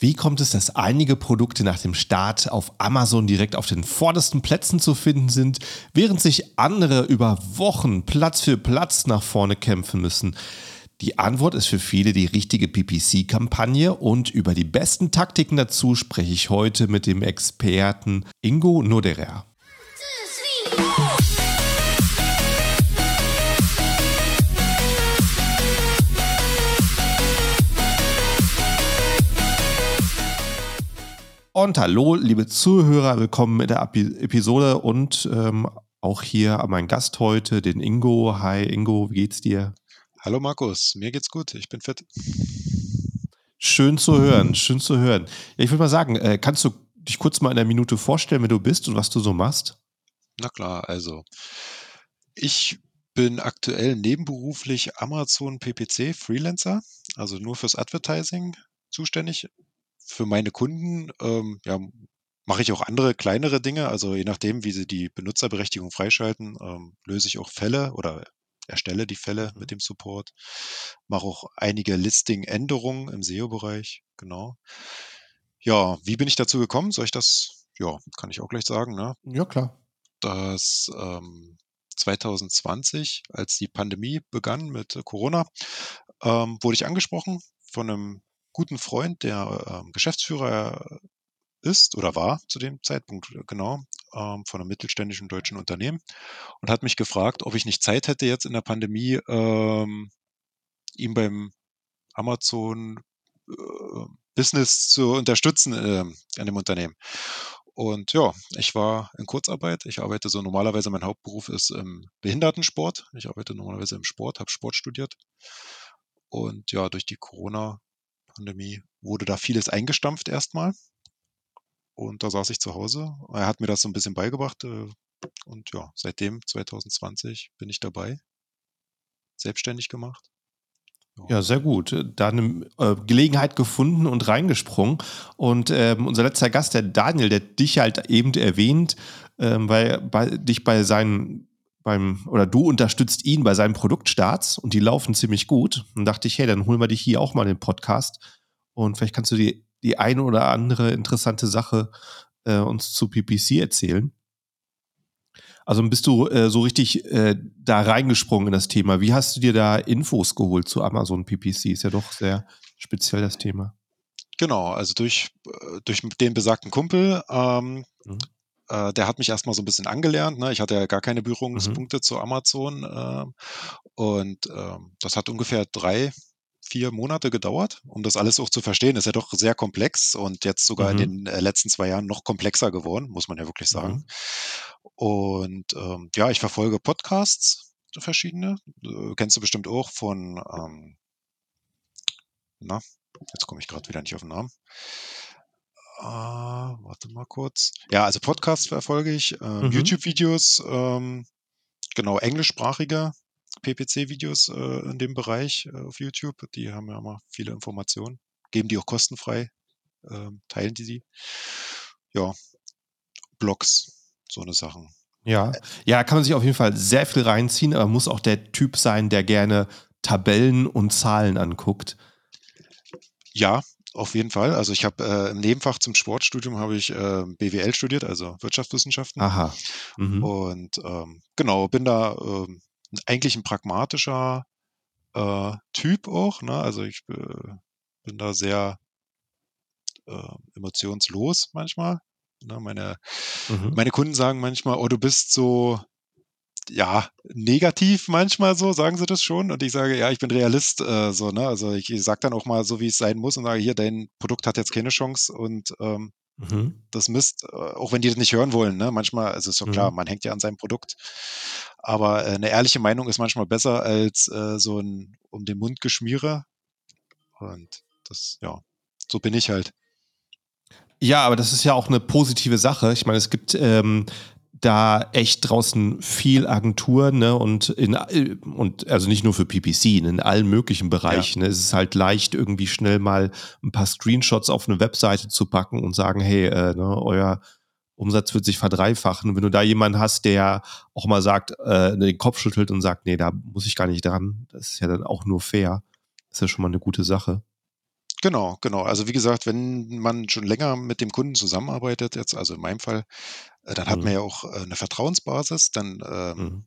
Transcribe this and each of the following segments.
Wie kommt es, dass einige Produkte nach dem Start auf Amazon direkt auf den vordersten Plätzen zu finden sind, während sich andere über Wochen Platz für Platz nach vorne kämpfen müssen? Die Antwort ist für viele die richtige PPC-Kampagne und über die besten Taktiken dazu spreche ich heute mit dem Experten Ingo Noderer. Und hallo, liebe Zuhörer, willkommen in der Episode und auch hier an meinen Gast heute, den Ingo. Hi Ingo, wie geht's dir? Hallo Markus, mir geht's gut, ich bin fit. Schön zu hören, schön zu hören. Ja, ich würde mal sagen, kannst du dich kurz mal in einer Minute vorstellen, wer du bist und was du so machst? Na klar, also ich bin aktuell nebenberuflich Amazon PPC Freelancer, also nur fürs Advertising zuständig. Für meine Kunden mache ich auch andere kleinere Dinge, also je nachdem, wie sie die Benutzerberechtigung freischalten, löse ich auch Fälle oder erstelle die Fälle mit dem Support, mache auch einige Listing-Änderungen im SEO-Bereich, genau. Ja, wie bin ich dazu gekommen? Soll ich das? Ja, kann ich auch gleich sagen, ne? Ja, klar. Dass 2020, als die Pandemie begann mit Corona, wurde ich angesprochen von einem guten Freund, der Geschäftsführer ist oder war zu dem Zeitpunkt, genau, von einem mittelständischen deutschen Unternehmen und hat mich gefragt, ob ich nicht Zeit hätte, jetzt in der Pandemie ihm beim Amazon Business zu unterstützen an dem Unternehmen. Und ja, ich war in Kurzarbeit. Ich arbeite so normalerweise, mein Hauptberuf ist im Behindertensport. Ich arbeite normalerweise im Sport, habe Sport studiert. Und ja, durch die Corona-Pandemie wurde da vieles eingestampft erstmal. Und da saß ich zu Hause. Er hat mir das so ein bisschen beigebracht. Und ja, seitdem 2020 bin ich dabei, selbstständig gemacht. Ja. Ja, sehr gut. Da eine Gelegenheit gefunden und reingesprungen. Und unser letzter Gast, der Daniel, der hat dich halt eben erwähnt, weil dich bei seinen, oder du unterstützt ihn bei seinen Produktstarts und die laufen ziemlich gut. Und dachte ich, hey, dann holen wir dich hier auch mal in den Podcast. Und vielleicht kannst du die eine oder andere interessante Sache uns zu PPC erzählen. Also bist du so richtig da reingesprungen in das Thema. Wie hast du dir da Infos geholt zu Amazon PPC? Ist ja doch sehr speziell das Thema. Genau, also durch den besagten Kumpel, Mhm. der hat mich erst mal so 'n bisschen angelernt, ne? Ich hatte ja gar keine Mhm. Berührungspunkte zu Amazon, und, das hat ungefähr 3, 4 Monate gedauert, um das alles auch zu verstehen. Ist ja doch sehr komplex und jetzt sogar in Mhm. den, letzten 2 Jahren noch komplexer geworden, muss man ja wirklich sagen. Mhm. Und, ja, ich verfolge Podcasts, verschiedene, kennst du bestimmt auch von, na, jetzt komme ich grad wieder nicht auf 'n Namen. Warte mal kurz. Ja, also Podcasts verfolge ich, Mhm. YouTube-Videos, genau, englischsprachige PPC-Videos, in dem Bereich, auf YouTube. Die haben ja immer viele Informationen, geben die auch kostenfrei, teilen die sie. Ja, Blogs, so 'ne Sachen. Ja. Ja, da kann man sich auf jeden Fall sehr viel reinziehen, aber muss auch der Typ sein, der gerne Tabellen und Zahlen anguckt. Ja, auf jeden Fall. Also, ich habe, im Nebenfach zum Sportstudium habe ich, BWL studiert, also Wirtschaftswissenschaften. Aha. Mhm. Und, genau, bin da, eigentlich 'n pragmatischer, Typ auch, ne? Also, ich, bin da sehr, emotionslos manchmal, ne? Mhm. Meine Kunden sagen manchmal: „Oh, du bist so, ja, negativ manchmal so“, sagen sie das schon. Und ich sage: „Ja, ich bin Realist“, so, ne? Also, ich sage dann auch mal so, wie es sein muss und sage: „Hier, dein Produkt hat jetzt keine Chance und, Mhm. das Mist“, auch wenn die das nicht hören wollen, ne? Manchmal also, ist doch klar, Mhm. man hängt ja an seinem Produkt. Aber, 'ne ehrliche Meinung ist manchmal besser als, so 'n Um-den-Mund-Geschmiere. Und das ja, so bin ich halt. Ja, aber das ist ja auch eine positive Sache. Ich meine, es gibt, da echt draußen viel Agenturen, ne, und also nicht nur für PPC, in allen möglichen Ja, Bereichen, ne? Es ist halt leicht, irgendwie schnell mal ein paar Screenshots auf eine Webseite zu packen und sagen: „Hey, ne, euer Umsatz wird sich verdreifachen.“ Und wenn du da jemanden hast, der auch mal sagt den Kopf schüttelt und sagt: „Nee, da muss ich gar nicht dran“, das ist ja dann auch nur fair. Das ist ja schon mal eine gute Sache. Genau, genau. Also wie gesagt, wenn man schon länger mit dem Kunden zusammenarbeitet jetzt, also in meinem Fall, dann hat man Mhm. ja auch, 'ne Vertrauensbasis, dann, Mhm.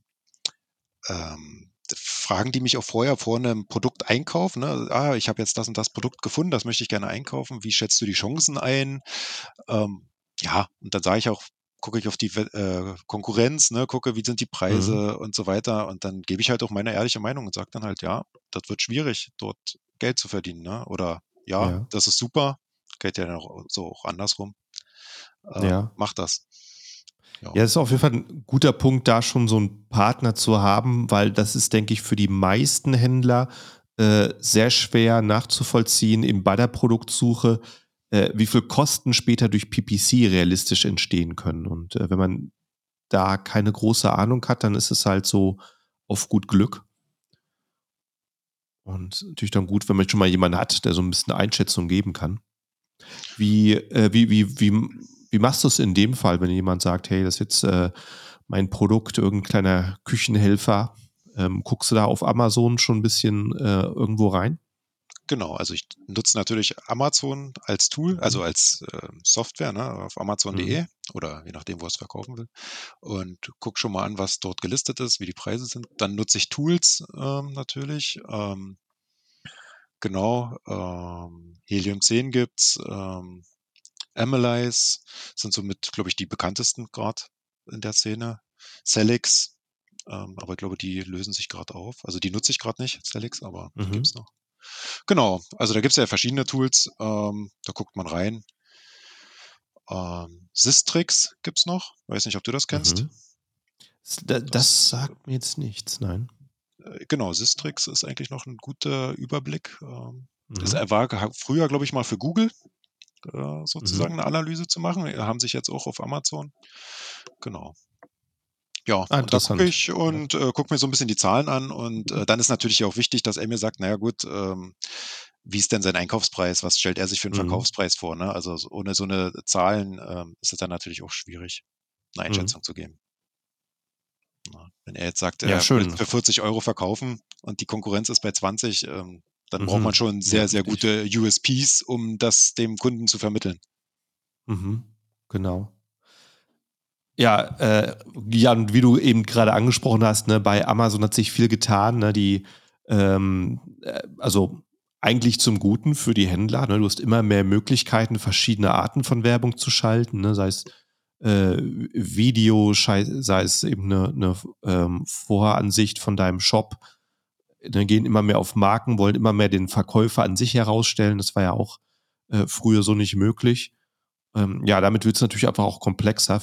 fragen die mich auch vorher vor 'nem Produkteinkauf, ne: „Ah, ich habe jetzt das und das Produkt gefunden, das möchte ich gerne einkaufen. Wie schätzt du die Chancen ein?“ ja, und dann sage ich auch gucke ich auf die Konkurrenz, ne, gucke, wie sind die Mhm. Preise und so weiter. Und dann gebe ich halt auch meine ehrliche Meinung und sage dann halt: „Ja, das wird schwierig, dort Geld zu verdienen“, ne? Oder: „Ja, Ja, das ist super.“ Geht ja dann auch so auch andersrum. ja. Mach das. Ja, Ja, das ist auf jeden Fall ein guter Punkt, da schon so einen Partner zu haben, weil das ist, denke ich, für die meisten Händler, sehr schwer nachzuvollziehen eben bei der Produktsuche, wie viel Kosten später durch PPC realistisch entstehen können. Und, wenn man da keine große Ahnung hat, dann ist es halt so auf gut Glück. Und natürlich dann gut, wenn man schon mal jemanden hat, der so ein bisschen Einschätzung geben kann. Wie machst du es in dem Fall, wenn jemand sagt: „Hey, das ist jetzt, mein Produkt, irgendein kleiner Küchenhelfer?“ guckst du da auf Amazon schon ein bisschen, irgendwo rein? genau. Also, ich nutze natürlich Amazon als Tool, Mhm. also als, Software, ne, auf Mhm. amazon.de oder je nachdem, wo ich's verkaufen will. Und gucke schon mal an, was dort gelistet ist, wie die Preise sind. Dann nutze ich Tools, natürlich. Genau, Helium 10 gibt's, Amalyze sind somit, glaube ich, die bekanntesten grad in der Szene. Celix, aber ich glaube, die lösen sich grad auf. Also, die nutze ich grad nicht, Celix, aber die Mhm. gibt's noch. Genau, also, da gibt's ja verschiedene Tools, da guckt man rein. Sistrix gibt's noch, weiß nicht, ob du das kennst? Mhm. Das Das, sagt mir jetzt nichts, nein. genau, Sistrix ist eigentlich noch 'n guter Überblick. Es Mhm. er war früher, glaube ich, mal für Google, Mhm. sozusagen 'ne Analyse zu machen, haben sich jetzt auch auf Amazon. Genau. Ja, Ah, und da gucke interessant. ich Ja. und, gucke mir so 'n bisschen die Zahlen an und, dann ist natürlich auch wichtig, dass er mir sagt: „Na ja gut, wie ist denn sein Einkaufspreis? Was stellt er sich für 'n Mhm. Verkaufspreis vor“, ne? Also, ohne so 'ne Zahlen, ist es dann natürlich auch schwierig, 'ne Mhm. Einschätzung zu geben, ne? Wenn er jetzt sagt, Ja, er will's schön. für 40 € verkaufen und die Konkurrenz ist bei 20, dann braucht man Mhm. schon Ja, sehr, sehr richtig. gute USPs, um das dem Kunden zu vermitteln. Mhm. Genau. Ja, ja, und wie du eben gerade angesprochen hast, ne, bei Amazon hat sich viel getan, ne, also eigentlich zum Guten für die Händler, ne? Du hast immer mehr Möglichkeiten, verschiedene Arten von Werbung zu schalten, ne, sei es, Video, sei es eben eine Voransicht von deinem Shop. Dann gehen immer mehr auf Marken, wollen immer mehr den Verkäufer an sich herausstellen. Das war ja auch, früher so nicht möglich. Ja, damit wird es natürlich einfach auch komplexer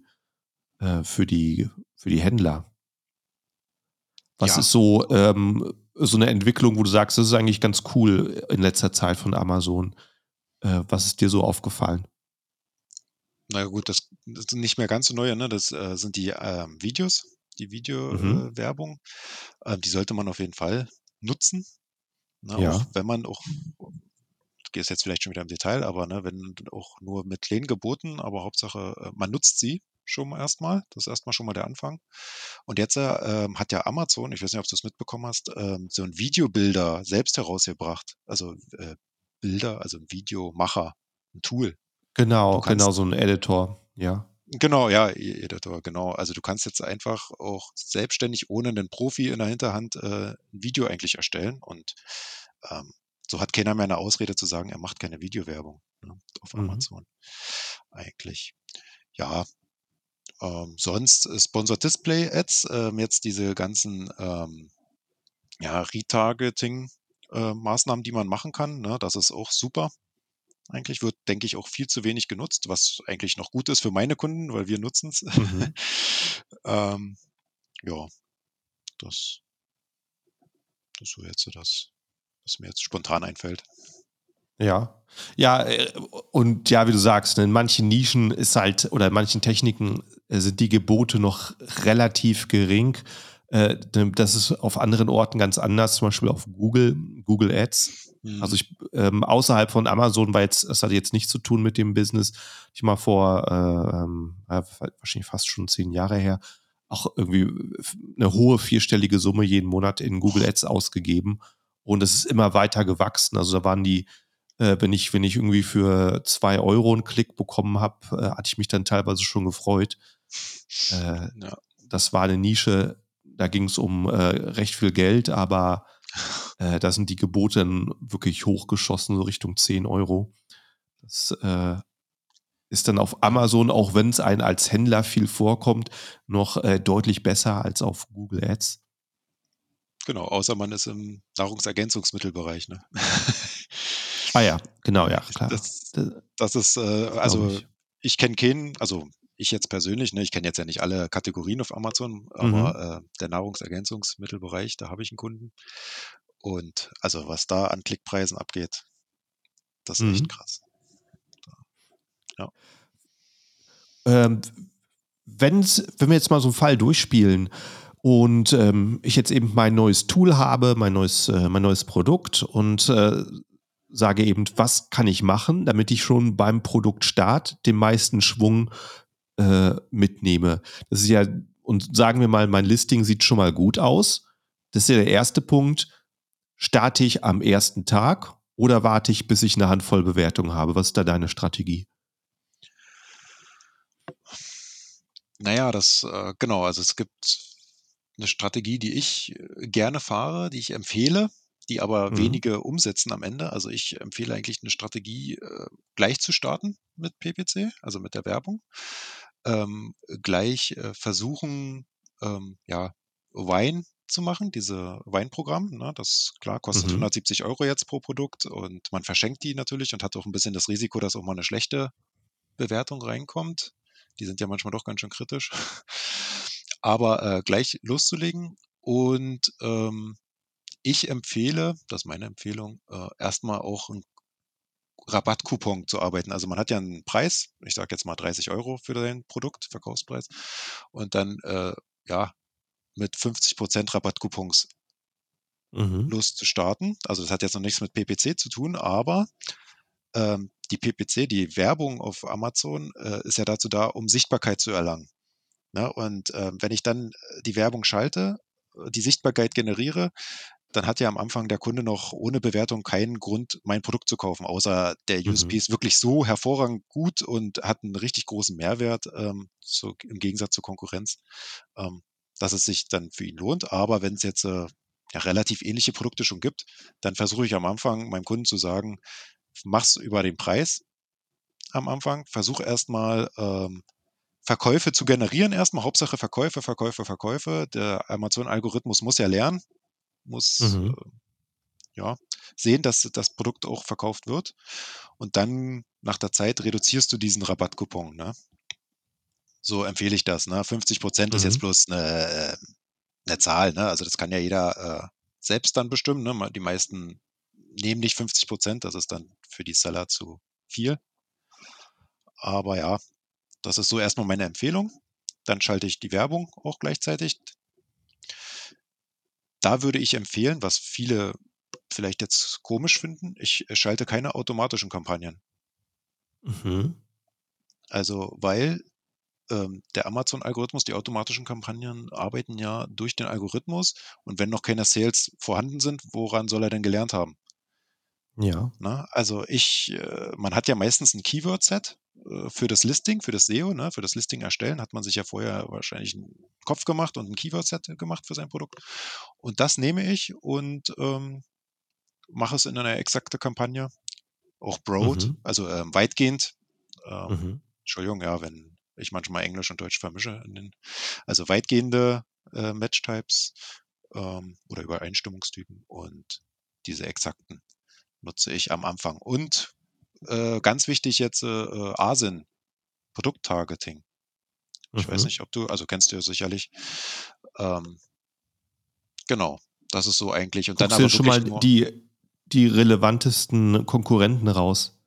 für die Händler. Was Ja, ist so eine Entwicklung, wo du sagst, das ist eigentlich ganz cool in letzter Zeit von Amazon? Was ist dir so aufgefallen? na ja gut, das sind nicht mehr ganz so neue, ne? Das, sind die, Videos, die Mhm. Werbung. Die sollte man auf jeden Fall nutzen, ne? Auch Ja, wenn man auch du gehst jetzt vielleicht schon wieder im Detail, aber, ne, wenn auch nur mit kleinen Geboten, aber Hauptsache, man nutzt sie schon mal erst mal. Das ist erst mal schon mal der Anfang. Und jetzt, hat ja Amazon, ich weiß nicht, ob du's mitbekommen hast, so 'n Videobilder selbst herausgebracht. Also, Bilder, also 'n Videomacher, 'n Tool. Und du genau, kannst so ein Editor, ja. genau, ja, Editor, genau. Also, du kannst jetzt einfach auch selbstständig ohne 'nen Profi in der Hinterhand, 'n Video eigentlich erstellen und, ähm, so hat keiner mehr 'ne Ausrede zu sagen, er macht keine Videowerbung, ne, auf Mhm. Amazon eigentlich. Ja, sonst, Sponsored Display Ads, jetzt diese ganzen, ja, Retargeting, Maßnahmen, die man machen kann, ne? Das ist auch super. Eigentlich wird, denke ich, auch viel zu wenig genutzt, was eigentlich noch gut ist für meine Kunden, weil wir nutzen's. Mhm. Ähm, ja, das das ist so jetzt so das, was mir jetzt spontan einfällt. Ja. Ja, und ja, wie du sagst, ne, in manchen Nischen ist halt oder in manchen Techniken, sind die Gebote noch relativ gering. Das ist auf anderen Orten ganz anders, zum Beispiel auf Google Ads. Also, Mhm. außerhalb von Amazon das hatte jetzt nichts zu tun mit dem Business. Ich mal vor, ja, wahrscheinlich fast schon 10 Jahre her, auch irgendwie eine hohe vierstellige Summe jeden Monat in Google Och, Ads ausgegeben und es ist immer weiter gewachsen. Also, da waren die Wenn ich irgendwie für 2 € einen Klick bekommen habe, hatte ich mich dann teilweise schon gefreut. Äh, Ja. Das war eine Nische, da ging es um recht viel Geld, aber da sind die Gebote dann wirklich hochgeschossen, so Richtung 10 €. Das ist dann auf Ja, Amazon, auch wenn es einem als Händler viel vorkommt, noch deutlich besser als auf Google Ads. genau, außer man ist im Nahrungsergänzungsmittelbereich, ne? Ah ja, genau, ja, klar. Das das ist, Glaube also, ich. ich kenne keinen, also, ich jetzt persönlich, ne, ich kenne jetzt ja nicht alle Kategorien auf Amazon, Mhm. aber, der Nahrungsergänzungsmittelbereich, da habe ich einen Kunden. Und also, was da an Klickpreisen abgeht, das ist echt Mhm. krass. Ja. Ähm, wenn wir jetzt mal so einen Fall durchspielen und ich jetzt eben mein neues Tool habe, mein neues Produkt und sage eben, was kann ich machen, damit ich schon beim Produktstart den meisten Schwung mitnehme. Das ist ja, und sagen wir mal, mein Listing sieht schon mal gut aus. Das ist ja der erste Punkt. Starte ich am ersten Tag oder warte ich, bis ich eine Handvoll Bewertungen habe? Was ist da deine Strategie? Na ja, genau, also, es gibt eine Strategie, die ich, gerne fahre, die ich empfehle, die aber Mhm. wenige umsetzen am Ende. Also, ich empfehle eigentlich eine Strategie, gleich zu starten mit PPC, also, mit der Werbung. Gleich, versuchen, ja, Wein zu machen, diese Weinprogramm, ne? Das klar, kostet Mhm. 170 € jetzt pro Produkt und man verschenkt die natürlich und hat auch ein bisschen das Risiko, dass auch mal eine schlechte Bewertung reinkommt. Die sind ja manchmal doch ganz schön kritisch. Aber, gleich loszulegen und, ich empfehle, das ist meine Empfehlung, erst auch 'n Rabattcoupon zu arbeiten. Also, man hat ja einen Preis, ich sage jetzt mal 30 € für dein Produkt, Verkaufspreis, und dann, ja, mit 50% Rabattcoupons Mhm. loszustarten. Also, das hat jetzt noch nichts mit PPC zu tun, aber, die PPC, die Werbung auf Amazon, ist ja dazu da, um Sichtbarkeit zu erlangen. Ne? Und wenn ich dann die Werbung schalte, die Sichtbarkeit generiere, dann hat ja am Anfang der Kunde noch ohne Bewertung keinen Grund, mein Produkt zu kaufen, außer der USP Mhm. ist wirklich so hervorragend gut und hat einen richtig großen Mehrwert, im Gegensatz zur Konkurrenz, ähm, dass es sich dann für ihn lohnt. Aber wenn es jetzt ja, relativ ähnliche Produkte schon gibt, dann versuche ich am Anfang meinem Kunden zu sagen, mach's über den Preis am Anfang, versuch erstmal Verkäufe zu generieren erstmal, Hauptsache Verkäufe, Verkäufe, Verkäufe. Der Amazon-Algorithmus muss ja lernen, muss, Mhm. ja, sehen, dass das Produkt auch verkauft wird. Und dann nach der Zeit reduzierst du diesen Rabattcoupon, ne? So empfehle ich das, ne? 50% ist jetzt Mhm. bloß 'ne Zahl, ne? Also, das kann ja jeder, selbst dann bestimmen, ne? Die meisten nehmen nicht 50%, das ist dann für die Seller zu viel. Aber ja, das ist so erstmal meine Empfehlung. Dann schalte ich die Werbung auch gleichzeitig. Da würde ich empfehlen, was viele vielleicht jetzt komisch finden, ich schalte keine automatischen Kampagnen. Mhm. Also, weil, der Amazon-Algorithmus, die automatischen Kampagnen arbeiten ja durch den Algorithmus und wenn noch keine Sales vorhanden sind, woran soll er denn gelernt haben, Ja. ne? Also, man hat ja meistens 'n Keyword-Set, für das Listing, für das SEO, ne? Für das Listing erstellen hat man sich ja vorher wahrscheinlich 'n Kopf gemacht und 'n Keyword-Set gemacht für sein Produkt. Und das nehme ich und, mache es in eine exakte Kampagne, auch broad, Mhm. also, weitgehend. Mhm. Entschuldigung, ja, wenn ich manchmal Englisch und Deutsch vermische also, weitgehende, Match-Types, oder Übereinstimmungstypen und diese exakten nutze ich am Anfang. Und, ganz wichtig jetzt, ASIN, Produkttargeting. Ich weiß Mhm. nicht, ob du also, kennst du ja sicherlich. Ähm, genau, das ist so eigentlich und dann Guckst dir aber schon wirklich mal nur. die relevantesten Konkurrenten raus?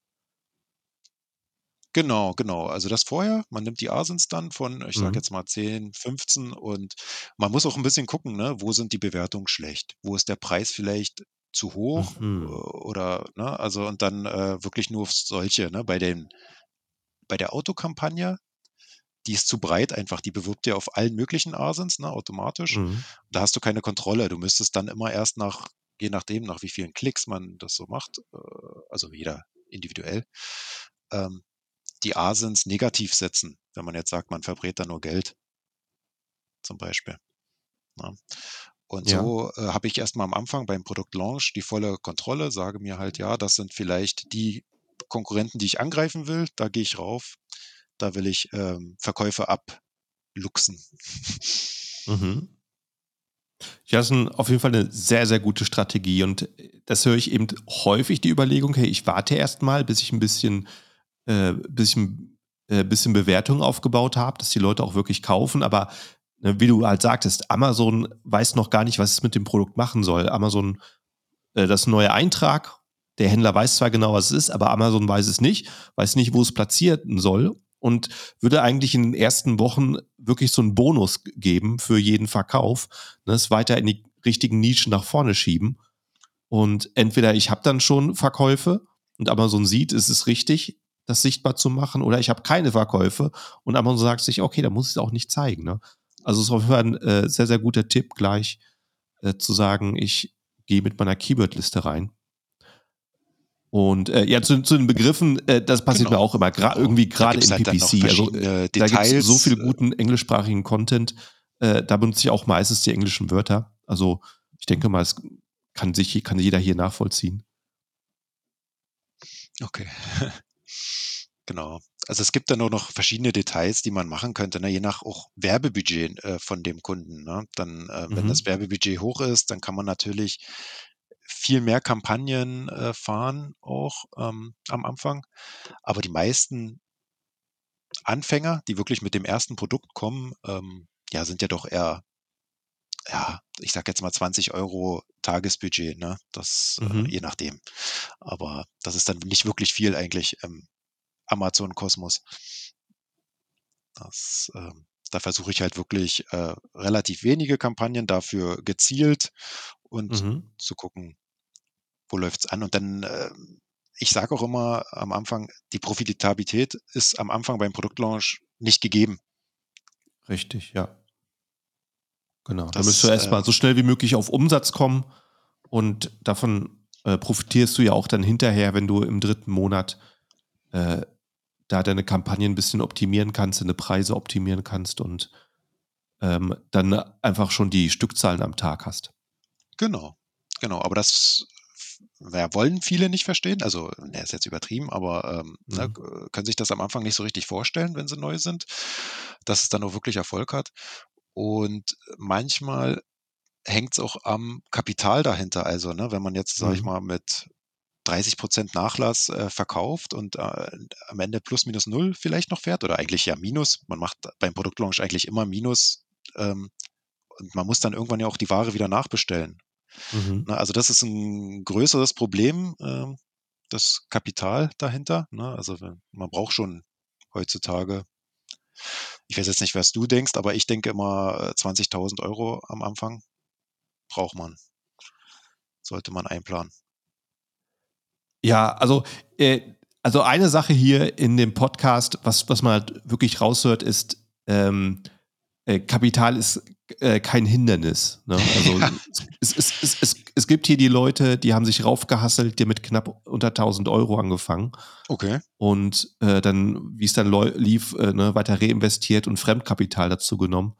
Genau, genau. Also das vorher, man nimmt die Asins dann von, ich sage Mhm. jetzt mal 10, 15 und man muss auch ein bisschen gucken, ne, wo sind die Bewertungen schlecht? Wo ist der Preis vielleicht zu hoch, Mhm. oder ne, also und dann, wirklich nur auf solche, ne? Bei der Autokampagne, die ist zu breit einfach, die bewirbt ja auf allen möglichen Asins, ne, automatisch. Mhm. Da hast du keine Kontrolle. Du müsstest dann immer erst nach je nachdem, nach wie vielen Klicks man das so macht, also jeder individuell, ähm, die ASINs negativ setzen, wenn man jetzt sagt, man verbrät da nur Geld zum Beispiel, ne? Und Ja. so, habe ich erst mal am Anfang beim Produktlaunch die volle Kontrolle, sage mir halt: „Ja, das sind vielleicht die Konkurrenten, die ich angreifen will. Da gehe ich rauf. Da will ich, Verkäufe abluchsen.“ Mhm. Ja, das ist auf jeden Fall eine sehr, sehr gute Strategie und das höre ich eben häufig, die Überlegung: „Hey, ich warte erst mal, bis ich ein bisschen bis ich 'n bisschen Bewertung aufgebaut habe, dass die Leute auch wirklich kaufen.“ Aber, wie du halt sagtest, Amazon weiß noch gar nicht, was es mit dem Produkt machen soll. Amazon das ist 'n neuer Eintrag. Der Händler weiß zwar genau, was es ist, aber Amazon weiß nicht, wo es platzieren soll und würde eigentlich in den ersten Wochen wirklich so einen Bonus geben für jeden Verkauf, ne, es weiter in die richtigen Nischen nach vorne schieben. Und entweder ich habe dann schon Verkäufe und Amazon sieht, es ist richtig, das sichtbar zu machen, oder ich habe keine Verkäufe und Amazon sagt sich: „Okay, dann muss ich's auch nicht zeigen“, ne? Also, es ist auf jeden Fall 'n, sehr, sehr guter Tipp gleich, zu sagen, ich gehe mit meiner Keywordliste rein. Und, ja, zu den Begriffen, das passiert mir Genau, auch immer, genau. irgendwie Da gerade gibt's im halt dann noch PPC. Also, verschiedene da gibt's so Details. viel guten englischsprachigen Content, da benutze ich auch meistens die englischen Wörter. Also, ich denke mal, es kann jeder hier nachvollziehen. Okay. Genau. Also, es gibt da nur noch verschiedene Details, die man machen könnte, ne, je nach auch Werbebudget, von dem Kunden, ne? Dann, wenn das Mhm, Werbebudget hoch ist, dann kann man natürlich viel mehr Kampagnen, fahren auch, am Anfang. Aber die meisten Anfänger, die wirklich mit dem ersten Produkt kommen, ja, sind ja doch eher, ja, ich sage jetzt mal 20 € Tagesbudget, ne? Das, mhm. je nachdem. Aber das ist dann nicht wirklich viel eigentlich im Amazon-Kosmos. Da versuche ich halt wirklich, relativ wenige Kampagnen, dafür gezielt und Mhm. zu gucken, wo läuft's an. Und dann, ich sage auch immer am Anfang, die Profitabilität ist am Anfang beim Produktlaunch nicht gegeben. Richtig, ja, genau. Da müsst du Das, erst mal so schnell wie möglich auf Umsatz kommen und davon, profitierst du ja auch dann hinterher, wenn du im dritten Monat, äh, da deine Kampagnen 'n bisschen optimieren kannst, deine Preise optimieren kannst und, dann einfach schon die Stückzahlen am Tag hast. genau, genau. Aber das ja, wollen viele nicht verstehen. Also, ne, ist jetzt übertrieben, aber, ne, Mhm. können sich das am Anfang nicht so richtig vorstellen, wenn sie neu sind, dass es dann auch wirklich Erfolg hat. Und manchmal hängt es auch am Kapital dahinter. Also, ne, wenn man jetzt, sage ich Mhm. mal, mit 30% Nachlass, verkauft und, am Ende plus minus null vielleicht noch fährt oder eigentlich ja Minus. Man macht beim Produktlaunch eigentlich immer Minus, ähm, und man muss dann irgendwann ja auch die Ware wieder nachbestellen. Mhm. Ne, also das ist ein größeres Problem, das Kapital dahinter, ne? Also, wenn man braucht schon heutzutage, ich weiß jetzt nicht, was du denkst, aber ich denke immer, 20.000 € am Anfang braucht man, sollte man einplanen. Ja, also eine Sache hier in dem Podcast, was man halt wirklich raushört, ist, Kapital ist, kein Hindernis, ne? Also, Ja, es gibt hier die Leute, die haben sich raufgehasselt, die haben mit knapp unter 1.000 € angefangen okay. und, dann, wie es dann lief, ne, weiter reinvestiert und Fremdkapital dazu genommen.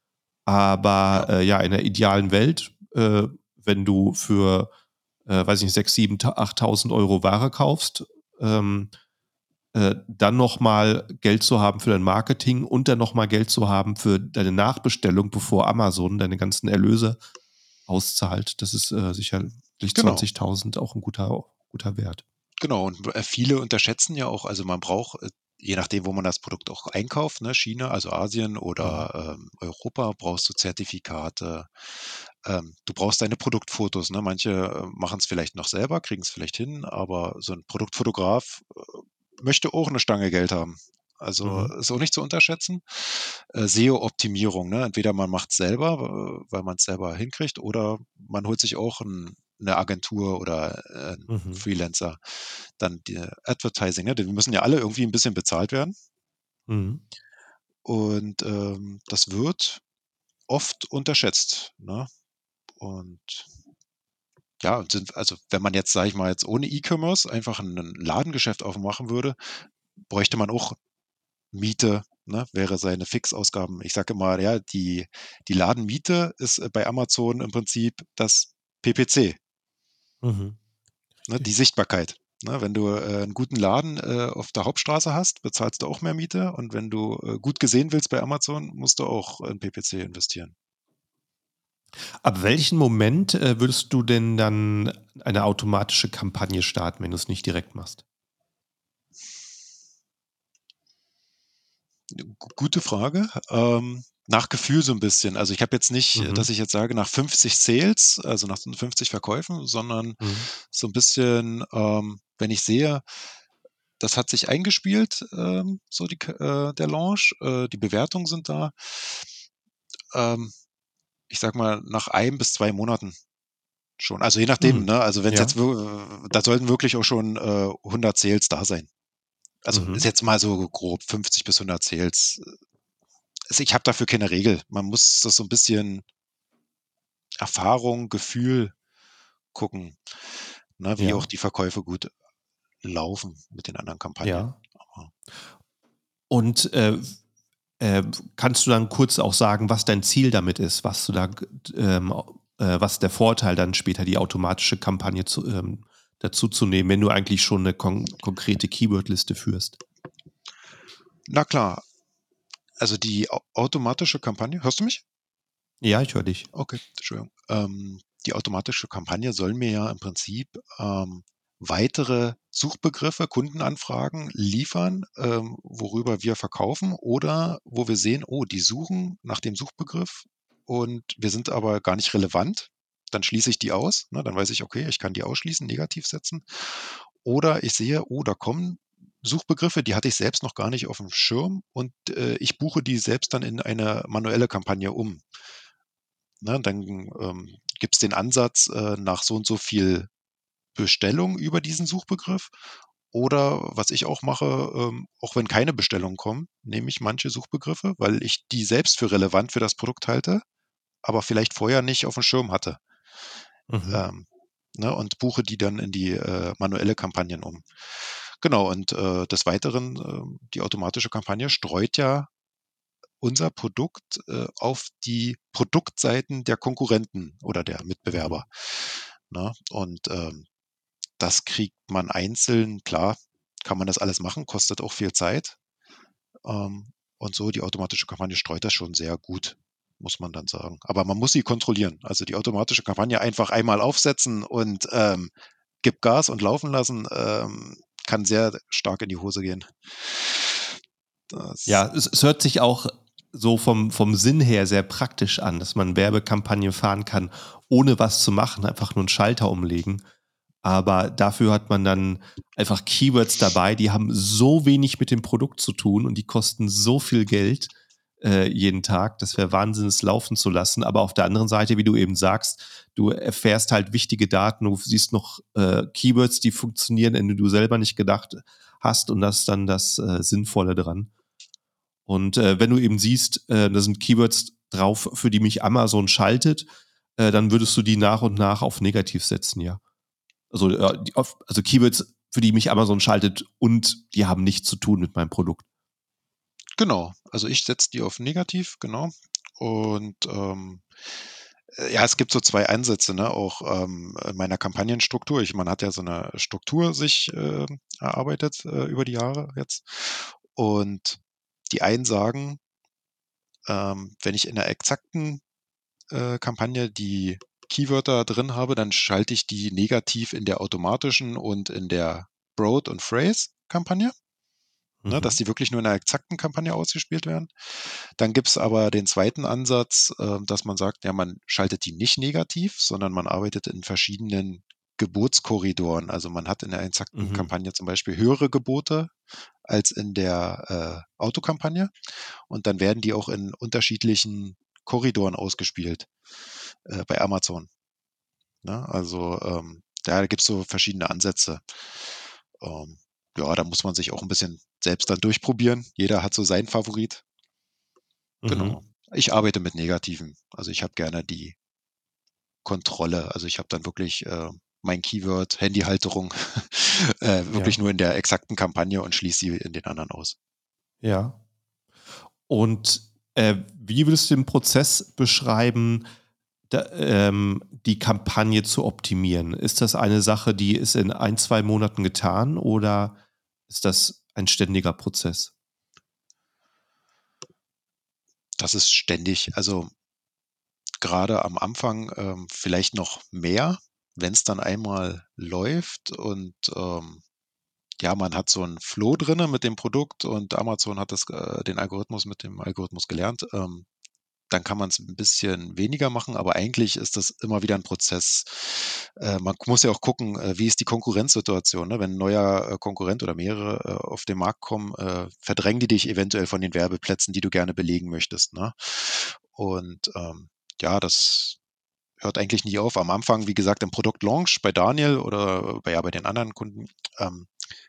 Aber, Ja, ja, in der idealen Welt, wenn du für, weiß ich nicht, 6, 7, 8.000 € Ware kaufst, ähm, dann noch mal Geld zu haben für dein Marketing und dann noch mal Geld zu haben für deine Nachbestellung, bevor Amazon deine ganzen Erlöse auszahlt. Das ist, sicherlich genau. 20.000 auch ein guter Wert. Genau, und, viele unterschätzen ja auch, also man braucht, je nachdem, wo man das Produkt auch einkauft, ne, China, also Asien Mhm. oder, Europa, brauchst du Zertifikate. Du brauchst deine Produktfotos, ne? Manche, machen es vielleicht noch selber, kriegen es vielleicht hin, aber so ein Produktfotograf, möchte auch eine Stange Geld haben. Also, Mhm. ist auch nicht zu unterschätzen. SEO-Optimierung, ne? Entweder man macht's selber, weil man es selber hinkriegt, oder man holt sich auch 'ne Agentur oder, 'n Mhm. Freelancer. Dann die Advertising, ne? Wir müssen ja alle irgendwie ein bisschen bezahlt werden Mhm. und, das wird oft unterschätzt, ne? Und ja, und also wenn man jetzt, sage ich mal, jetzt ohne E-Commerce einfach ein Ladengeschäft aufmachen würde, bräuchte man auch Miete, ne, wäre seine Fixausgaben. Ich sage immer, ja, die Ladenmiete ist bei Amazon im Prinzip das PPC, Mhm. ne, die Richtig. Sichtbarkeit. Ne, wenn du 'n guten Laden auf der Hauptstraße hast, bezahlst du auch mehr Miete, und wenn du gut gesehen willst bei Amazon, musst du auch in PPC investieren. Ab welchem Moment würdest du denn dann eine automatische Kampagne starten, wenn du es nicht direkt machst? Gute Frage. Nach Gefühl so ein bisschen. Also, ich habe jetzt nicht, Mhm. dass ich jetzt sage, nach 50 Sales, also nach so 50 Verkäufen, sondern Mhm. so ein bisschen, wenn ich sehe, das hat sich eingespielt, so der Launch, die Bewertungen sind da. Ähm, Ich sage mal, nach 1 bis 2 Monaten schon. Also, je nachdem, Mhm. ne? Also, wenn's Ja. jetzt da sollten wirklich auch schon 100 Sales da sein. Also, ist Mhm. jetzt mal so grob 50 bis 100 Sales. Also, ich habe dafür keine Regel. Man muss das so ein bisschen Erfahrung, Gefühl gucken, ne, wie auch Ja. die Verkäufe gut laufen mit den anderen Kampagnen. Ja. Aber Und kannst du dann kurz auch sagen, was dein Ziel damit ist, was du da, was der Vorteil dann später die automatische Kampagne dazu zu nehmen, wenn du eigentlich schon eine konkrete Keywordliste führst? na klar, also die automatische Kampagne, hörst du mich? Ja, ich höre dich. Okay, Entschuldigung. Die automatische Kampagne soll mir ja im Prinzip weitere Suchbegriffe, Kundenanfragen liefern, worüber wir verkaufen oder wo wir sehen, oh, die suchen nach dem Suchbegriff und wir sind aber gar nicht relevant. Dann schließe ich die aus. Ne? Dann weiß ich, okay, ich kann die ausschließen, negativ setzen. Oder ich sehe, oh, da kommen Suchbegriffe, die hatte ich selbst noch gar nicht auf dem Schirm, und ich buche die selbst dann in eine manuelle Kampagne um. Ne, dann gibt es den Ansatz, nach so und so viel Bestellung über diesen Suchbegriff. Oder was ich auch mache, auch wenn keine Bestellungen kommen, nehme ich manche Suchbegriffe, weil ich die selbst für relevant für das Produkt halte, aber vielleicht vorher nicht auf dem Schirm hatte, Mhm. ähm, ne, und buche die dann in die manuelle Kampagnen um. Genau, und des Weiteren, die automatische Kampagne streut ja unser Produkt auf die Produktseiten der Konkurrenten oder der Mhm. Mitbewerber, ne? Und das kriegt man einzeln, klar, kann man das alles machen, kostet auch viel Zeit. Und so die automatische Kampagne streut das schon sehr gut, muss man dann sagen. Aber man muss sie kontrollieren. Also die automatische Kampagne einfach einmal aufsetzen und gib Gas und laufen lassen, kann sehr stark in die Hose gehen. Das, Ja, es hört sich auch so vom Sinn her sehr praktisch an, dass man Werbekampagnen fahren kann, ohne was zu machen, einfach nur einen Schalter umlegen. Aber dafür hat man dann einfach Keywords dabei, die haben so wenig mit dem Produkt zu tun und die kosten so viel Geld jeden Tag. Das wäre Wahnsinn, es laufen zu lassen. Aber auf der anderen Seite, wie du eben sagst, du erfährst halt wichtige Daten, du siehst noch Keywords, die funktionieren, an die du selber nicht gedacht hast, und das ist dann das Sinnvolle dran. Und wenn du eben siehst, da sind Keywords drauf, für die mich Amazon schaltet, dann würdest du die nach und nach auf negativ setzen, ja. Also, also Keywords, für die mich Amazon schaltet und die haben nichts zu tun mit meinem Produkt. genau, also ich setze die auf negativ, genau. Und ja, es gibt so 2 Ansätze, ne, auch in meiner Kampagnenstruktur. Man hat ja so eine Struktur sich erarbeitet über die Jahre jetzt. Und die einen sagen, wenn ich in der exakten Kampagne die Keywörter drin habe, dann schalte ich die negativ in der automatischen und in der Broad- und Phrase-Kampagne, ne, dass Mhm. die wirklich nur in 'ner exakten Kampagne ausgespielt werden. Dann gibt's aber den zweiten Ansatz, dass man sagt, ja, man schaltet die nicht negativ, sondern man arbeitet in verschiedenen Gebotskorridoren. Also, man hat in der exakten Mhm. Kampagne zum Beispiel höhere Gebote als in der Autokampagne, und dann werden die auch in unterschiedlichen Korridoren ausgespielt bei Amazon, ne? Also, da gibt's so verschiedene Ansätze. Ähm, ja, da muss man sich auch ein bisschen selbst dann durchprobieren. Jeder hat so seinen Favorit. Mhm. Genau. Ich arbeite mit Negativen. Also, ich habe gerne die Kontrolle. Also ich habe dann wirklich mein Keyword, Handyhalterung, wirklich Ja, nur in der exakten Kampagne und schließe sie in den anderen aus. ja. Und wie würdest du den Prozess beschreiben, die Kampagne zu optimieren? Ist das eine Sache, die ist in ein, 2 Monaten getan oder ist das ein ständiger Prozess? Das ist ständig. Also gerade am Anfang vielleicht noch mehr, wenn es dann einmal läuft und ja, man hat so 'n Flow drinne mit dem Produkt und Amazon hat den Algorithmus mit dem Algorithmus gelernt. Dann kann man es ein bisschen weniger machen, aber eigentlich ist das immer wieder ein Prozess. Man muss ja auch gucken, wie ist die Konkurrenzsituation, ne? Wenn 'n neuer, Konkurrent oder mehrere, auf den Markt kommen, verdrängen die dich eventuell von den Werbeplätzen, die du gerne belegen möchtest, ne? Und, ja, das hört eigentlich nie auf. Am Anfang, wie gesagt, im Produktlaunch bei Daniel oder bei den anderen Kunden, ähm,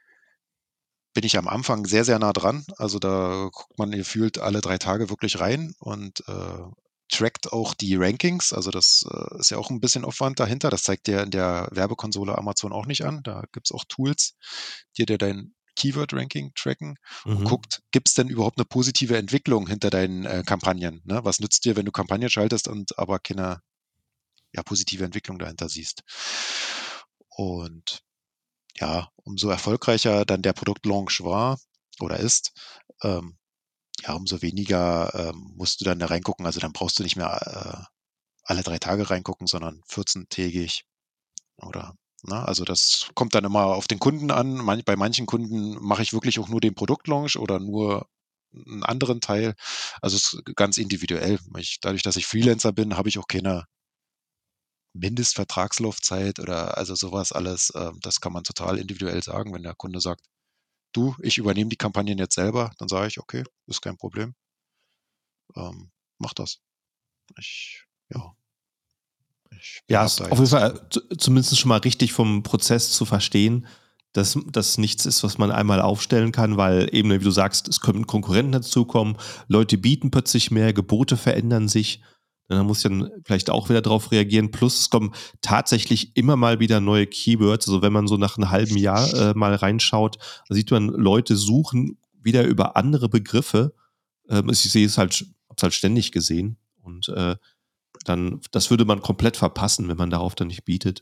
bin ich am Anfang sehr, sehr nah dran. Also, da guckt man gefühlt alle 3 Tage wirklich rein und, trackt auch die Rankings. Also, das, ist ja auch ein bisschen Aufwand dahinter. Das zeigt dir in der Werbekonsole Amazon auch nicht an. Da gibt's auch Tools, die dir dein Keyword-Ranking tracken und Mhm. guckt, gibt's denn überhaupt eine positive Entwicklung hinter deinen, Kampagnen, ne? Was nützt dir, wenn du Kampagnen schaltest und aber keine, ja, positive Entwicklung dahinter siehst? Und ja, umso erfolgreicher dann der Produktlaunch war oder ist, ähm, ja, umso weniger, musst du dann da reingucken. Also, dann brauchst du nicht mehr, alle 3 Tage reingucken, sondern 14-tägig oder ne? Also, das kommt dann immer auf den Kunden an. Bei manchen Kunden mache ich wirklich auch nur den Produktlaunch oder nur einen anderen Teil. Also, es ist ganz individuell. Dadurch, dass ich Freelancer bin, habe ich auch keine Mindestvertragslaufzeit oder also sowas alles. Das kann man total individuell sagen, wenn der Kunde sagt: „Du, ich übernehme die Kampagnen jetzt selber“, dann sage ich: „Okay, ist kein Problem, mach das.“ Ich ja, ich Ja, habe ist da auf jeden jetzt Fall zumindest schon mal richtig vom Prozess zu verstehen, dass das nichts ist, was man einmal aufstellen kann, weil eben, wie du sagst, es können Konkurrenten dazukommen, Leute bieten plötzlich mehr, Gebote verändern sich. Da muss ich dann vielleicht auch wieder drauf reagieren. Plus es kommen tatsächlich immer mal wieder neue Keywords. Also wenn man so nach einem halben Jahr mal reinschaut, da sieht man, Leute suchen wieder über andere Begriffe. Ich sehe es halt, habe es halt ständig gesehen. Und dann das würde man komplett verpassen, wenn man darauf dann nicht bietet.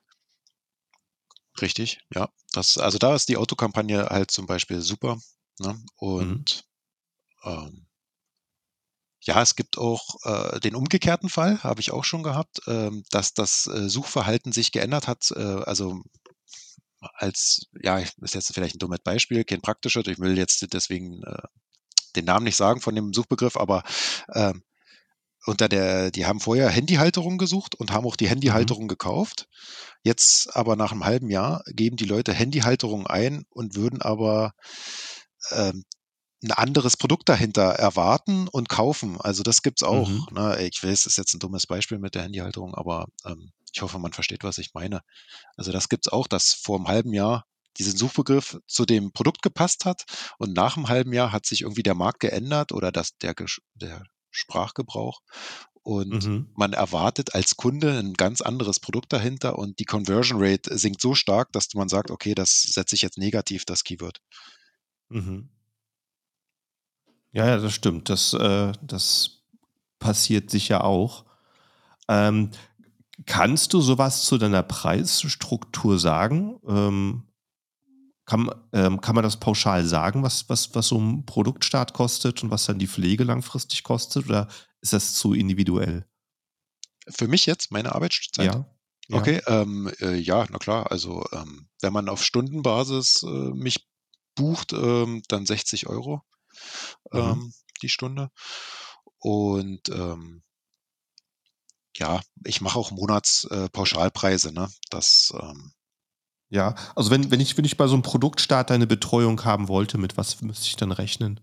richtig, ja. Also, da ist die Autokampagne halt zum Beispiel super, ne? Mhm. Und, ähm, ja, es gibt auch, den umgekehrten Fall, habe ich auch schon gehabt, dass das, Suchverhalten sich geändert hat. Also, als ja, ist jetzt vielleicht ein dummes Beispiel, kein praktisches. Ich will jetzt deswegen, den Namen nicht sagen von dem Suchbegriff, aber, ähm, die haben vorher Handyhalterung gesucht und haben auch die Mhm. Handyhalterung gekauft. Jetzt aber nach einem halben Jahr geben die Leute Handyhalterung ein und würden aber, ähm, 'n anderes Produkt dahinter erwarten und kaufen. Also, das gibt's Mhm. auch, ne? Ich weiß, das ist jetzt 'n dummes Beispiel mit der Handyhalterung, aber, ich hoffe, man versteht, was ich meine. Also, das gibt's auch, dass vor 'm halben Jahr diesen Suchbegriff zu dem Produkt gepasst hat und nach 'm halben Jahr hat sich irgendwie der Markt geändert oder der Sprachgebrauch und Mhm. man erwartet als Kunde 'n ganz anderes Produkt dahinter und die Conversion Rate sinkt so stark, dass man sagt: „Okay, das setze ich jetzt negativ, das Keyword.“ Mhm. Ja, ja, das stimmt. Das passiert sicher auch. Ähm, kannst du sowas zu deiner Preisstruktur sagen? Kann man das pauschal sagen, was so ein Produktstart kostet und was dann die Pflege langfristig kostet, oder ist das zu individuell? Für mich jetzt, meine Arbeitszeit? Ja, ja. Okay, ja, na klar. Also, wenn man auf Stundenbasis, mich bucht, dann 60 € Mhm. die Stunde. Und, ja, ich mache auch Pauschalpreise, ne? Ja, also wenn ich bei so einem Produktstart eine Betreuung haben wollte, mit was müsste ich dann rechnen?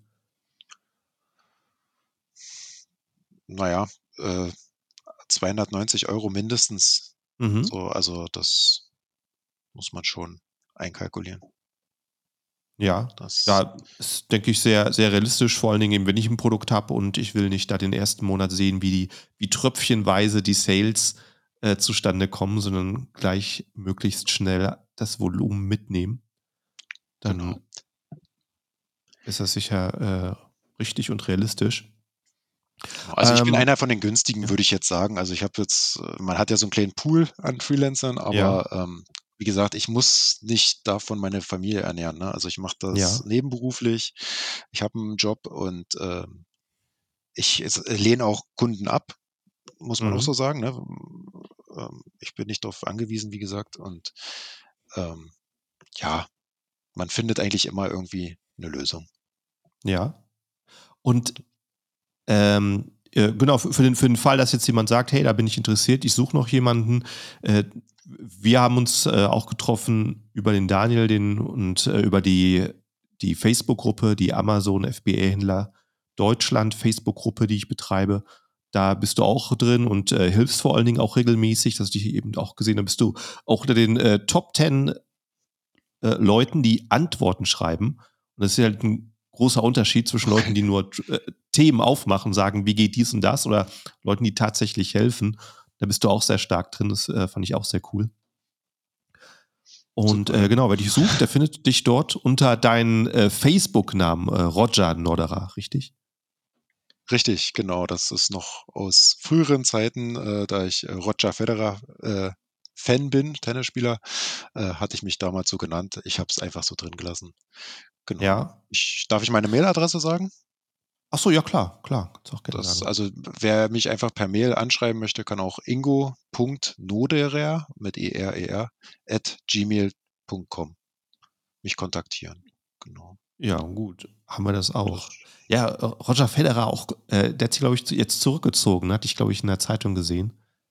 Na ja, äh, 290 € mindestens. Mhm. So, also das muss man schon einkalkulieren. Ja. Das Ja, ist, denke ich, sehr, sehr realistisch, vor allen Dingen eben, wenn ich ein Produkt habe und ich will nicht da den ersten Monat sehen, wie tröpfchenweise die Sales, zustande kommen, sondern gleich möglichst schnell das Volumen mitnehmen. Genau. Dann ist das sicher richtig und realistisch. Genau. Also ich bin Ähm, einer von den günstigen, ja, würde ich jetzt sagen. Also ich habe jetzt, man hat ja so einen kleinen Pool an Freelancern, ja, aber wie gesagt, ich muss nicht davon meine Familie ernähren. Ne? Also ich mache das ja, nebenberuflich. Ich habe einen Job und lehne auch Kunden ab, muss man auch mhm, so sagen. Ne? Ich bin nicht darauf angewiesen, wie gesagt. Und ähm, ja, man findet eigentlich immer irgendwie eine Lösung. ja. Und genau, für den Fall, dass jetzt jemand sagt, hey, da bin ich interessiert, ich suche noch jemanden. Wir haben uns auch getroffen über den Daniel und über die Facebook-Gruppe, die Amazon FBA-Händler Deutschland Facebook-Gruppe, die ich betreibe. Da bist du auch drin und hilfst vor allen Dingen auch regelmäßig, dass ich dich eben auch gesehen habe, bist du auch unter den Top 10 Leuten, die Antworten schreiben. Und das ist halt ein großer Unterschied zwischen Leuten, Okay. die nur Themen aufmachen, sagen, wie geht dies und das, oder Leuten, die tatsächlich helfen. Da bist du auch sehr stark drin. Das fand ich auch sehr cool. Und Super, ja. genau, wer dich sucht, der findet dich dort unter deinen Facebook-Namen, Roger Norderer, richtig? Richtig, genau. Das ist noch aus früheren Zeiten, da ich Roger Federer Fan bin, Tennisspieler, hatte ich mich damals so genannt. Ich habe es einfach so drin gelassen. Genau. Ja. Darf ich meine Mailadresse sagen? Ach so, ja klar, klar. Kannst du auch gerne Das, sagen. also wer mich einfach per Mail anschreiben möchte, kann auch ingo.noderer mit ERER at gmail.com mich kontaktieren. Genau. Ja, gut. Haben wir das Das, auch. Ja, Roger Federer auch, der hat sich, glaube ich, jetzt zurückgezogen. Hatte ich, glaube ich, in der Zeitung gesehen.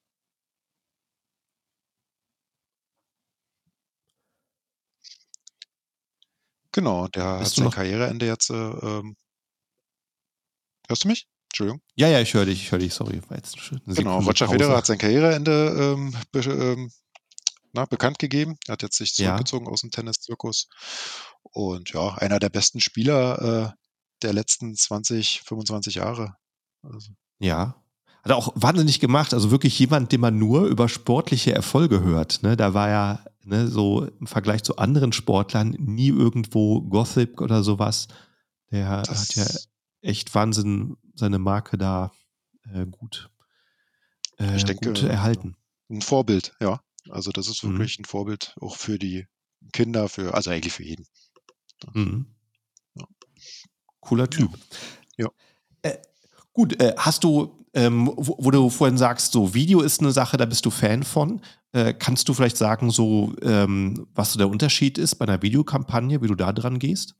genau, der hat Bist du sein noch Karriereende jetzt. Hörst du mich? Entschuldigung. Ja, ja, ich höre dich, sorry, war jetzt eine Genau, Sekunde Roger Federer Pause. hat sein Karriereende bekannt gegeben. Er hat jetzt sich Ja, zurückgezogen aus dem Tenniszirkus und ja, einer der besten Spieler der letzten 20, 25 Jahre. Also, ja. Hat er auch wahnsinnig gemacht, also wirklich jemand, den man nur über sportliche Erfolge hört, ne? Da war ja, ne, so im Vergleich zu anderen Sportlern nie irgendwo Gossip oder sowas. Der hat ja das, echt Wahnsinn seine Marke da, gut ich gut denke, erhalten. ein Vorbild, ja. Also das ist Mhm, wirklich ein Vorbild auch für die Kinder, also eigentlich für jeden. mhm. Ja, Cooler ja, Typ. ja. Äh, gut, hast du, wo du vorhin sagst, so Video ist eine Sache, da bist du Fan von. Kannst du vielleicht sagen, so, was so der Unterschied ist bei einer Videokampagne, wie du da dran gehst?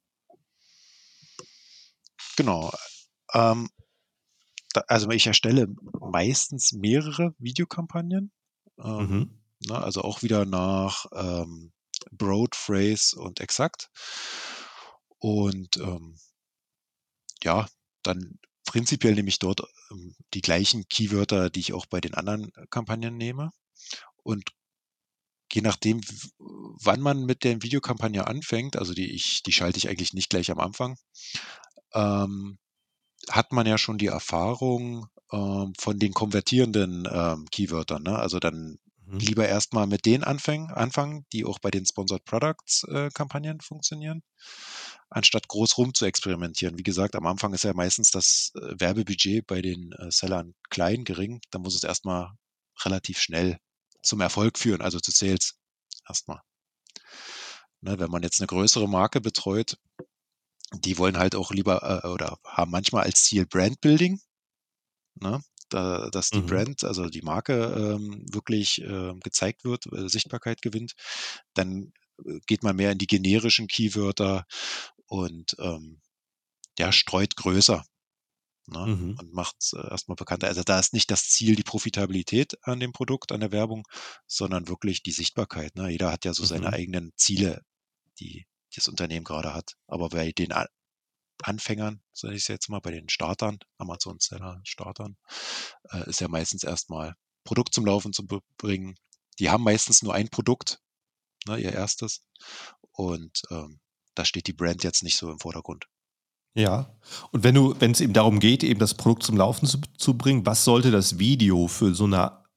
Genau. Ähm, also ich erstelle meistens mehrere Videokampagnen. Mhm, Ne, also auch wieder nach Broad, Phrase und Exakt. Und ja, dann prinzipiell nehme ich dort die gleichen Keywörter, die ich auch bei den anderen Kampagnen nehme. Und je nachdem, wann man mit der Videokampagne anfängt, also die schalte ich eigentlich nicht gleich am Anfang, ähm, hat man ja schon die Erfahrung von den konvertierenden Keywörtern. Ne? Also dann mhm, lieber erstmal mit denen anfangen, die auch bei den Sponsored Products Kampagnen funktionieren, anstatt groß rum zu experimentieren. Wie gesagt, am Anfang ist ja meistens das Werbebudget bei den Sellern klein, gering. Da muss es erstmal relativ schnell zum Erfolg führen, also zu Sales erstmal. Ne, wenn man jetzt eine größere Marke betreut, die wollen halt auch lieber oder haben manchmal als Ziel Brandbuilding, ne? Dass die mhm, Brand, also die Marke, wirklich, gezeigt wird, Sichtbarkeit gewinnt. Dann, geht man mehr in die generischen Keywörter und, ja, streut größer, ne, mhm, und macht's, erst bekannter. Also, da ist nicht das Ziel die Profitabilität an dem Produkt, an der Werbung, sondern wirklich die Sichtbarkeit, ne? Jeder hat ja so seine mhm, eigenen Ziele, die das Unternehmen gerade hat. Aber bei den Anfängern, sage ich jetzt mal, bei den Startern, Amazon-Seller, Startern, ist ja meistens erstmal Produkt zum Laufen zu bringen. Die haben meistens nur ein Produkt, ne, ihr erstes. Und da steht die Brand jetzt nicht so im Vordergrund. ja. Und wenn es eben darum geht, eben das Produkt zum Laufen zu bringen, was sollte das Video für so eine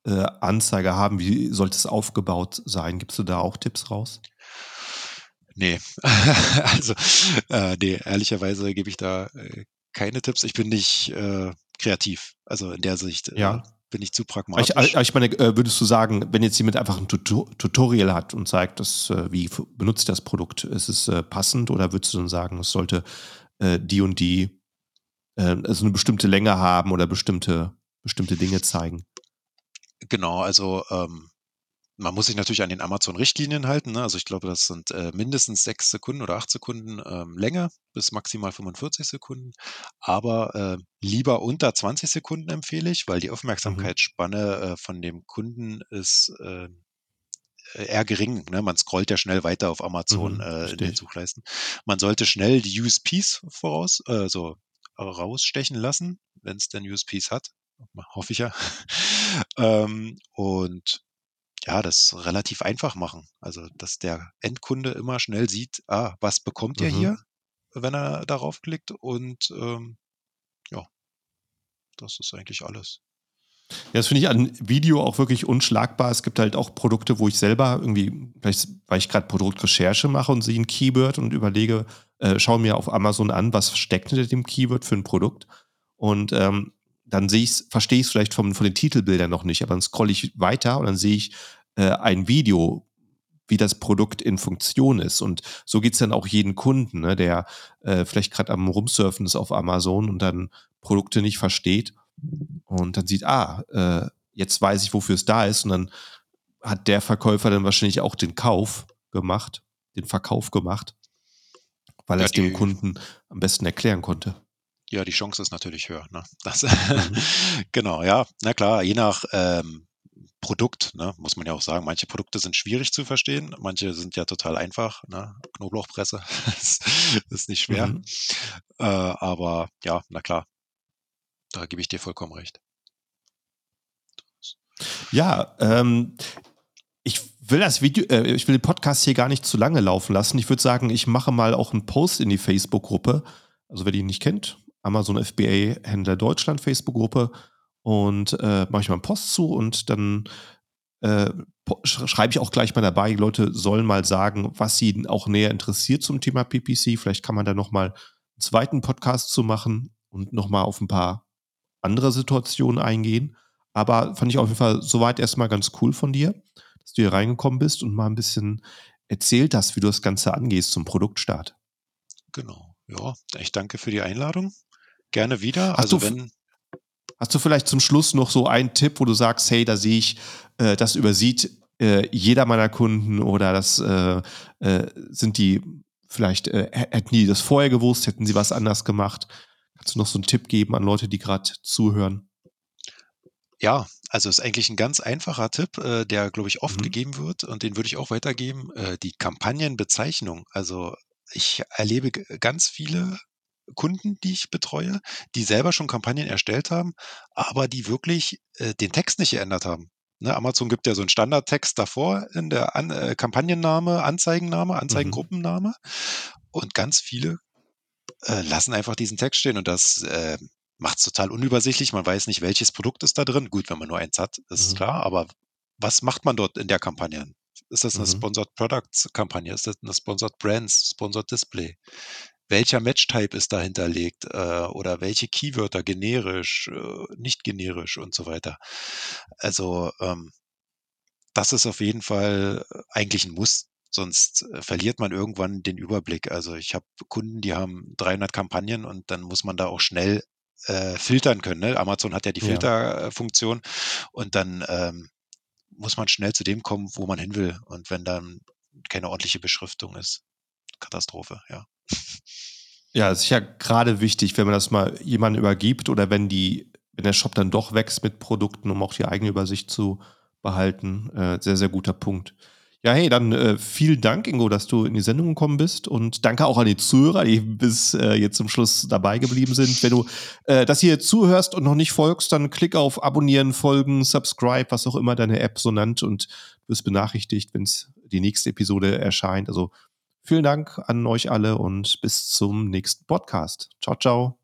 Anzeige haben? Wie sollte es aufgebaut sein? Gibst du da auch Tipps raus? Ne, also, ne, ehrlicherweise gebe ich da, keine Tipps. Ich bin nicht, kreativ. Also, in der Sicht, Ja. bin ich zu Ich pragmatisch. ich meine, würdest du sagen, wenn jetzt jemand einfach ein Tutorial hat und zeigt, wie benutzt das Produkt, ist es, passend oder würdest du dann sagen, es sollte, die und die also eine bestimmte Länge haben oder bestimmte Dinge zeigen? Genau, also, man muss sich natürlich an den Amazon-Richtlinien halten, ne? Also, ich glaube, das sind, mindestens 6 Sekunden oder 8 Sekunden, Länge bis maximal 45 Sekunden, aber, lieber unter 20 Sekunden empfehle ich, weil die Mhm, Aufmerksamkeitsspanne, von dem Kunden ist, eher gering, ne? Man scrollt ja schnell weiter auf Amazon, in verstehe den ich. Suchleisten. Man sollte schnell die USPs rausstechen lassen, wenn es denn USPs hat, hoffe ich ja. Und ja, das relativ einfach machen. Also, dass der Endkunde immer schnell sieht: „Ah, was bekommt er Mhm. hier?“, wenn er darauf klickt und, ja, das ist eigentlich alles. Ja, das finde ich an Video auch wirklich unschlagbar. Es gibt halt auch Produkte, wo ich selber irgendwie, vielleicht weil ich gerade Produktrecherche mache und sehe ein Keyword und überlege, schaue mir auf Amazon an, was steckt hinter dem Keyword für ein Produkt. Und dann verstehe ich es vielleicht von den Titelbildern noch nicht, aber dann scrolle ich weiter und dann sehe ich ein Video, wie das Produkt in Funktion ist. Und so geht es dann auch jeden Kunden, ne, der vielleicht gerade am Rumsurfen ist auf Amazon und dann Produkte nicht versteht und dann sieht, jetzt weiß ich, wofür es da ist. Und dann hat der Verkäufer dann wahrscheinlich auch den Verkauf gemacht, weil er Ja, es dem die Kunden am besten erklären konnte. ja, die Chance ist natürlich höher, ne? Das Mhm. genau, ja. Na klar, je nach, Produkt, ne, muss man ja auch sagen. Manche Produkte sind schwierig zu verstehen, manche sind ja total einfach, ne? Knoblauchpresse ist nicht schwer. Mhm. Aber ja, na klar, da gebe ich dir vollkommen recht. Ja, ich will den Podcast hier gar nicht zu lange laufen lassen. Ich würde sagen, ich mache mal auch einen Post in die Facebook-Gruppe. Also wer die nicht kennt, Amazon FBA Händler Deutschland Facebook-Gruppe und mache ich mal einen Post zu und dann schreibe ich auch gleich mal dabei, die Leute sollen mal sagen, was sie auch näher interessiert zum Thema PPC. Vielleicht kann man da noch mal 'n zweiten Podcast zu machen und noch mal auf ein paar andere Situationen eingehen. Aber fand ich auf jeden Fall soweit erstmal ganz cool von dir, dass du hier reingekommen bist und mal ein bisschen erzählt hast, wie du das Ganze angehst zum Produktstart. Genau, ja. Ich danke für die Einladung. Gerne wieder. Hast du Also, v wenn Hast du vielleicht zum Schluss noch so einen Tipp, wo du sagst: „Hey, da sehe ich, das übersieht, jeder meiner Kunden oder das, sind die vielleicht, hätten die das vorher gewusst, hätten sie was anders gemacht?“ Kannst du noch so einen Tipp geben an Leute, die gerade zuhören? ja, also, ist eigentlich ein ganz einfacher Tipp, der, glaube ich, oft Mhm. gegeben wird und den würde ich auch weitergeben, die Kampagnenbezeichnung. Also, ich erlebe ganz viele Kunden, die ich betreue, die selber schon Kampagnen erstellt haben, aber die wirklich, den Text nicht geändert haben. Ne, Amazon gibt ja so 'n Standardtext davor in der Kampagnenname, Anzeigenname, Mhm. Anzeigengruppenname und ganz viele lassen einfach diesen Text stehen und das, macht's total unübersichtlich. Man weiß nicht, welches Produkt ist da drin. Gut, wenn man nur eins hat, ist Mhm. klar, aber was macht man dort in der Kampagne? Ist das 'ne Mhm. Sponsored Products Kampagne? Ist das 'ne Sponsored Brands, Sponsored Display? Welcher Match-Type ist da hinterlegt, oder welche Keywörter generisch, nicht generisch und so weiter. Also, das ist auf jeden Fall eigentlich 'n Muss, sonst, verliert man irgendwann den Überblick. Also, ich habe Kunden, die haben 300 Kampagnen und dann muss man da auch schnell, filtern können, ne? Amazon hat ja die Ja. Filterfunktion und dann, muss man schnell zu dem kommen, wo man hin will. Und wenn dann keine ordentliche Beschriftung ist, Katastrophe, ja. Ja, es ist ja gerade wichtig, wenn man das mal jemandem übergibt oder wenn der Shop dann doch wächst mit Produkten, um auch die eigene Übersicht zu behalten. Sehr, sehr guter Punkt. Ja, hey, dann vielen Dank, Ingo, dass du in die Sendung gekommen bist und danke auch an die Zuhörer, die bis jetzt zum Schluss dabei geblieben sind. Wenn du das hier zuhörst und noch nicht folgst, dann klick auf Abonnieren, Folgen, Subscribe, was auch immer deine App so nennt und du wirst benachrichtigt, wenn es die nächste Episode erscheint. Also vielen Dank an euch alle und bis zum nächsten Podcast. Ciao, ciao.